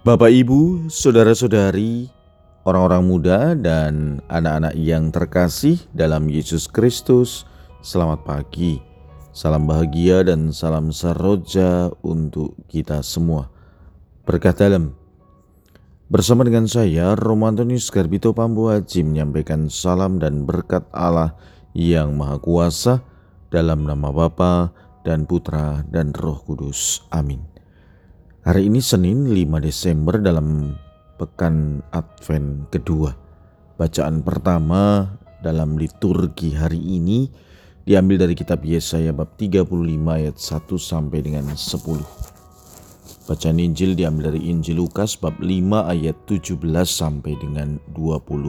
Bapak, Ibu, saudara-saudari, orang-orang muda dan anak-anak yang terkasih dalam Yesus Kristus, selamat pagi. Salam bahagia dan salam saroja untuk kita semua. Berkah dalam. Bersama dengan saya, Romantonius Garbito Pambuaji menyampaikan salam dan berkat Allah yang Maha Kuasa dalam nama Bapa dan Putra dan Roh Kudus. Amin. Hari ini Senin 5 Desember dalam pekan Advent kedua. Bacaan pertama dalam liturgi hari ini diambil dari kitab Yesaya bab 35 ayat 1 sampai dengan 10. Bacaan Injil diambil dari Injil Lukas bab 5 ayat 17 sampai dengan 26.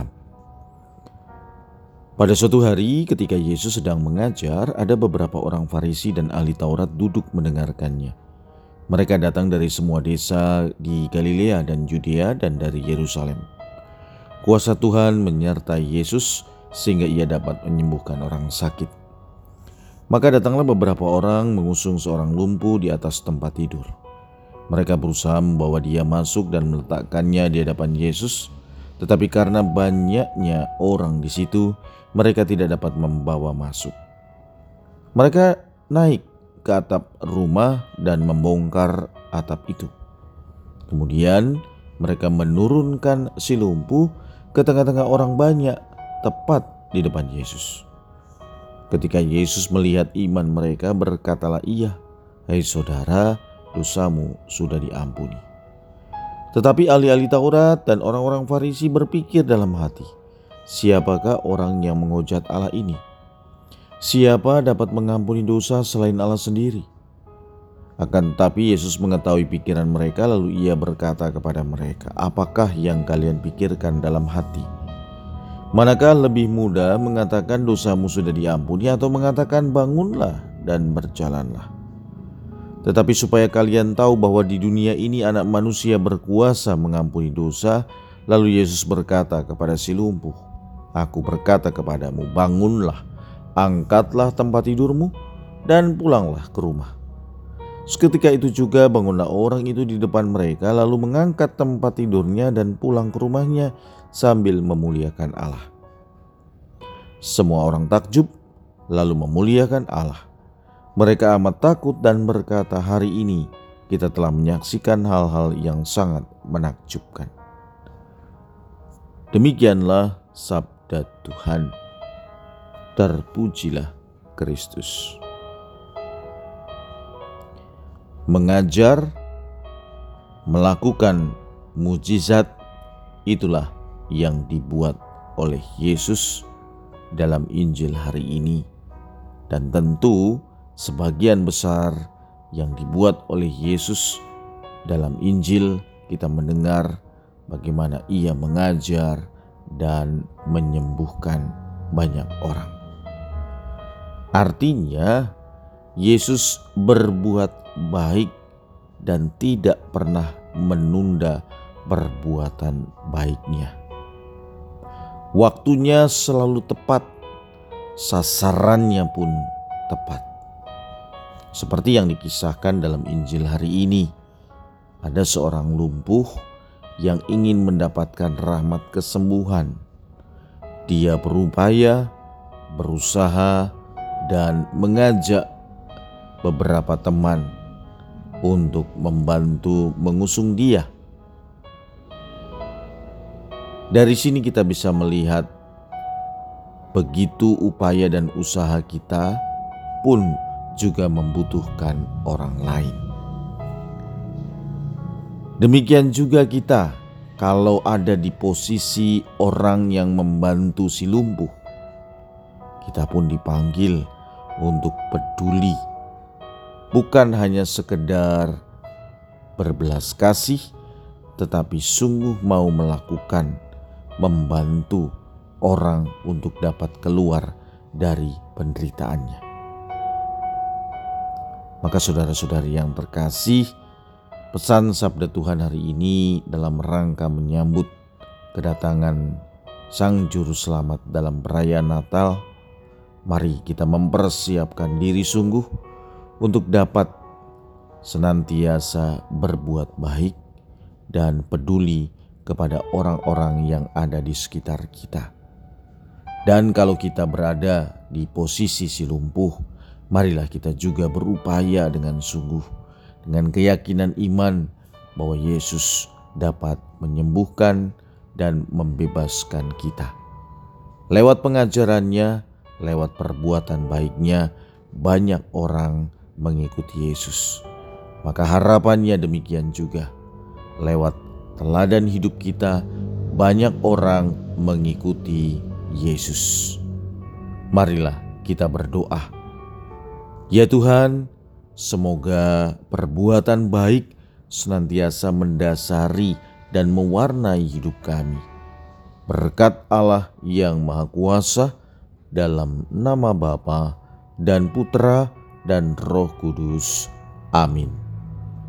Pada suatu hari ketika Yesus sedang mengajar, ada beberapa orang Farisi dan ahli Taurat duduk mendengarkannya. Mereka datang dari semua desa di Galilea dan Yudea dan dari Yerusalem. Kuasa Tuhan menyertai Yesus sehingga ia dapat menyembuhkan orang sakit. Maka datanglah beberapa orang mengusung seorang lumpuh di atas tempat tidur. Mereka berusaha membawa dia masuk dan meletakkannya di hadapan Yesus, tetapi karena banyaknya orang di situ, mereka tidak dapat membawa masuk. Mereka naik ke atap rumah dan membongkar atap itu. Kemudian mereka menurunkan si lumpuh ke tengah-tengah orang banyak, tepat di depan Yesus. Ketika Yesus melihat iman mereka, berkatalah ia, "Hai saudara, dosamu sudah diampuni." Tetapi ahli-ahli Taurat dan orang-orang Farisi berpikir dalam hati, "Siapakah orang yang menghujat Allah ini? Siapa dapat mengampuni dosa selain Allah sendiri?" Akan tetapi Yesus mengetahui pikiran mereka, lalu ia berkata kepada mereka, "Apakah yang kalian pikirkan dalam hati? Manakah lebih mudah mengatakan dosamu sudah diampuni atau mengatakan bangunlah dan berjalanlah? Tetapi supaya kalian tahu bahwa di dunia ini anak manusia berkuasa mengampuni dosa." Lalu Yesus berkata kepada si lumpuh, "Aku berkata kepadamu, bangunlah, angkatlah tempat tidurmu dan pulanglah ke rumah." Seketika itu juga bangunlah orang itu di depan mereka, lalu mengangkat tempat tidurnya dan pulang ke rumahnya sambil memuliakan Allah. Semua orang takjub lalu memuliakan Allah. Mereka amat takut dan berkata, "Hari ini kita telah menyaksikan hal-hal yang sangat menakjubkan." Demikianlah sabda Tuhan. Terpujilah Kristus. Mengajar, melakukan mujizat, itulah yang dibuat oleh Yesus dalam Injil hari ini. Dan tentu sebagian besar yang dibuat oleh Yesus dalam Injil, kita mendengar bagaimana ia mengajar dan menyembuhkan banyak orang. Artinya Yesus berbuat baik dan tidak pernah menunda perbuatan baiknya. Waktunya selalu tepat, sasarannya pun tepat. Seperti yang dikisahkan dalam Injil hari ini, ada seorang lumpuh yang ingin mendapatkan rahmat kesembuhan. Dia berupaya, berusaha, dan mengajak beberapa teman untuk membantu mengusung dia. Dari sini kita bisa melihat begitu upaya dan usaha kita pun juga membutuhkan orang lain. Demikian juga kita kalau ada di posisi orang yang membantu si lumpuh, kita pun dipanggil untuk peduli. Bukan hanya sekedar berbelas kasih, tetapi sungguh mau melakukan, membantu orang untuk dapat keluar dari penderitaannya. Maka saudara-saudari yang terkasih, pesan sabda Tuhan hari ini dalam rangka menyambut kedatangan Sang Juru Selamat dalam perayaan Natal, mari kita mempersiapkan diri sungguh untuk dapat senantiasa berbuat baik dan peduli kepada orang-orang yang ada di sekitar kita. Dan kalau kita berada di posisi si lumpuh, marilah kita juga berupaya dengan sungguh, dengan keyakinan iman bahwa Yesus dapat menyembuhkan dan membebaskan kita. Lewat pengajarannya, lewat perbuatan baiknya, banyak orang mengikuti Yesus. Maka harapannya demikian juga. Lewat teladan hidup kita, banyak orang mengikuti Yesus. Marilah kita berdoa. Ya Tuhan, semoga perbuatan baik senantiasa mendasari dan mewarnai hidup kami. Berkat Allah yang Maha Kuasa, dalam nama Bapa dan Putra dan Roh Kudus. Amin.